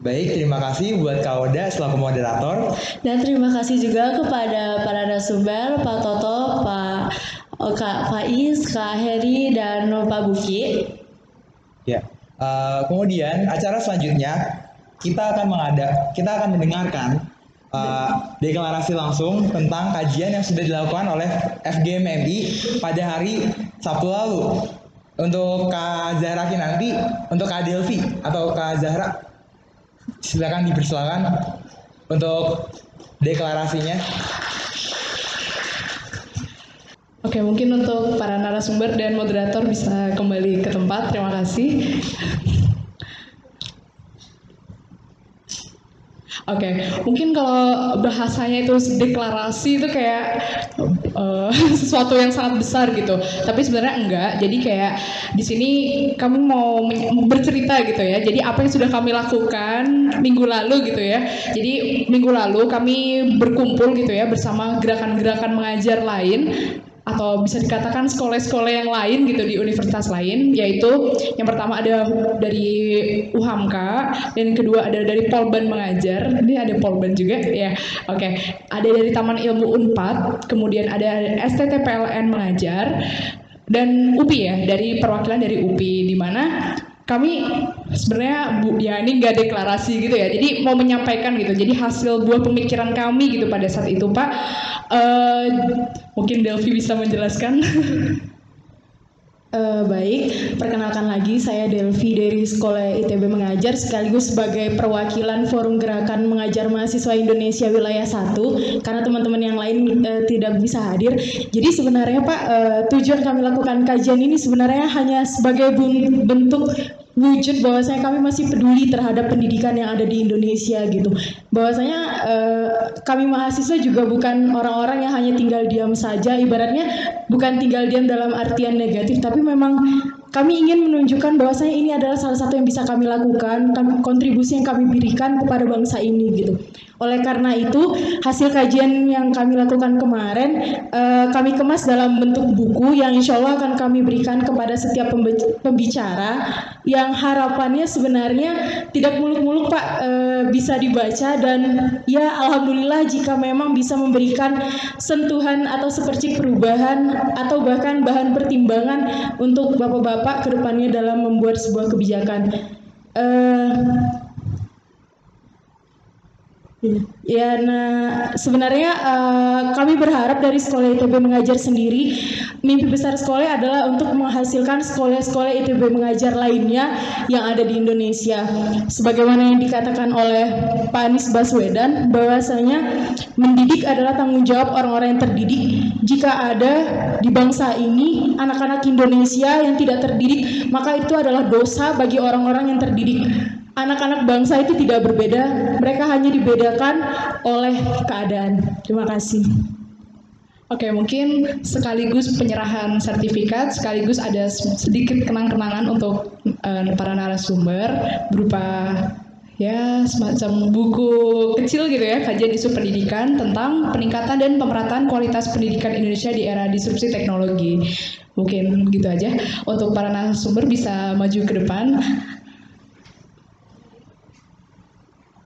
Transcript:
Baik, terima kasih buat Kak Oda selaku moderator. Dan terima kasih juga kepada para narasumber, Pak Toto, Kak Faiz, Kak Heri, dan Pak Buki. Ya, kemudian acara selanjutnya kita akan mendengarkan deklarasi langsung tentang kajian yang sudah dilakukan oleh FGM MI pada hari Sabtu lalu. Untuk Kak Zahra Kinanti, untuk Kak Delvi atau Kak Zahra, silakan dipersilakan untuk deklarasinya. Oke, mungkin untuk para narasumber dan moderator bisa kembali ke tempat. Terima kasih. Oke, mungkin kalau bahasanya itu deklarasi itu kayak sesuatu yang sangat besar gitu. Tapi sebenarnya enggak. Jadi kayak di sini kami mau bercerita gitu ya. Jadi apa yang sudah kami lakukan minggu lalu gitu ya. Jadi minggu lalu kami berkumpul gitu ya bersama gerakan-gerakan mengajar lain, atau bisa dikatakan sekolah-sekolah yang lain gitu di universitas lain, yaitu yang pertama ada dari UHAMKA, dan yang kedua ada dari Polban Mengajar, ini ada Polban juga ya, oke. Ada dari Taman Ilmu Unpad, kemudian ada STTPLN Mengajar, dan UPI ya, dari perwakilan dari UPI, di mana kami sebenarnya ya ini nggak deklarasi gitu ya, jadi mau menyampaikan gitu, jadi hasil buah pemikiran kami gitu pada saat itu Pak. Mungkin Delvi bisa menjelaskan. Baik, perkenalkan lagi saya Delvi dari Sekolah ITB Mengajar sekaligus sebagai perwakilan Forum Gerakan Mengajar Mahasiswa Indonesia Wilayah 1 karena teman-teman yang lain tidak bisa hadir. Jadi sebenarnya Pak, tujuan kami lakukan kajian ini sebenarnya hanya sebagai bentuk wujud bahwasanya kami masih peduli terhadap pendidikan yang ada di Indonesia gitu. Bahwasanya kami mahasiswa juga bukan orang-orang yang hanya tinggal diam saja, ibaratnya bukan tinggal diam dalam artian negatif, tapi memang kami ingin menunjukkan bahwasanya ini adalah salah satu yang bisa kami lakukan, kontribusi yang kami berikan kepada bangsa ini gitu. Oleh karena itu, hasil kajian yang kami lakukan kemarin, kami kemas dalam bentuk buku yang insya Allah akan kami berikan kepada setiap pembicara, yang harapannya sebenarnya tidak muluk-muluk Pak, bisa dibaca, dan ya alhamdulillah jika memang bisa memberikan sentuhan atau seperti perubahan atau bahkan bahan pertimbangan untuk bapak-bapak ke depannya dalam membuat sebuah kebijakan. Ya, nah sebenarnya kami berharap dari Sekolah ITB Mengajar sendiri, mimpi besar sekolah adalah untuk menghasilkan sekolah-sekolah ITB Mengajar lainnya yang ada di Indonesia. Sebagaimana yang dikatakan oleh Pak Anies Baswedan, bahwasanya mendidik adalah tanggung jawab orang-orang yang terdidik. Jika ada di bangsa ini anak-anak Indonesia yang tidak terdidik, maka itu adalah dosa bagi orang-orang yang terdidik. Anak-anak bangsa itu tidak berbeda, mereka hanya dibedakan oleh keadaan. Terima kasih. Oke, mungkin sekaligus penyerahan sertifikat, sekaligus ada sedikit kenang-kenangan untuk para narasumber berupa ya semacam buku kecil gitu ya, kajian isu pendidikan tentang peningkatan dan pemerataan kualitas pendidikan Indonesia di era disrupsi teknologi. Mungkin gitu aja. Untuk para narasumber bisa maju ke depan.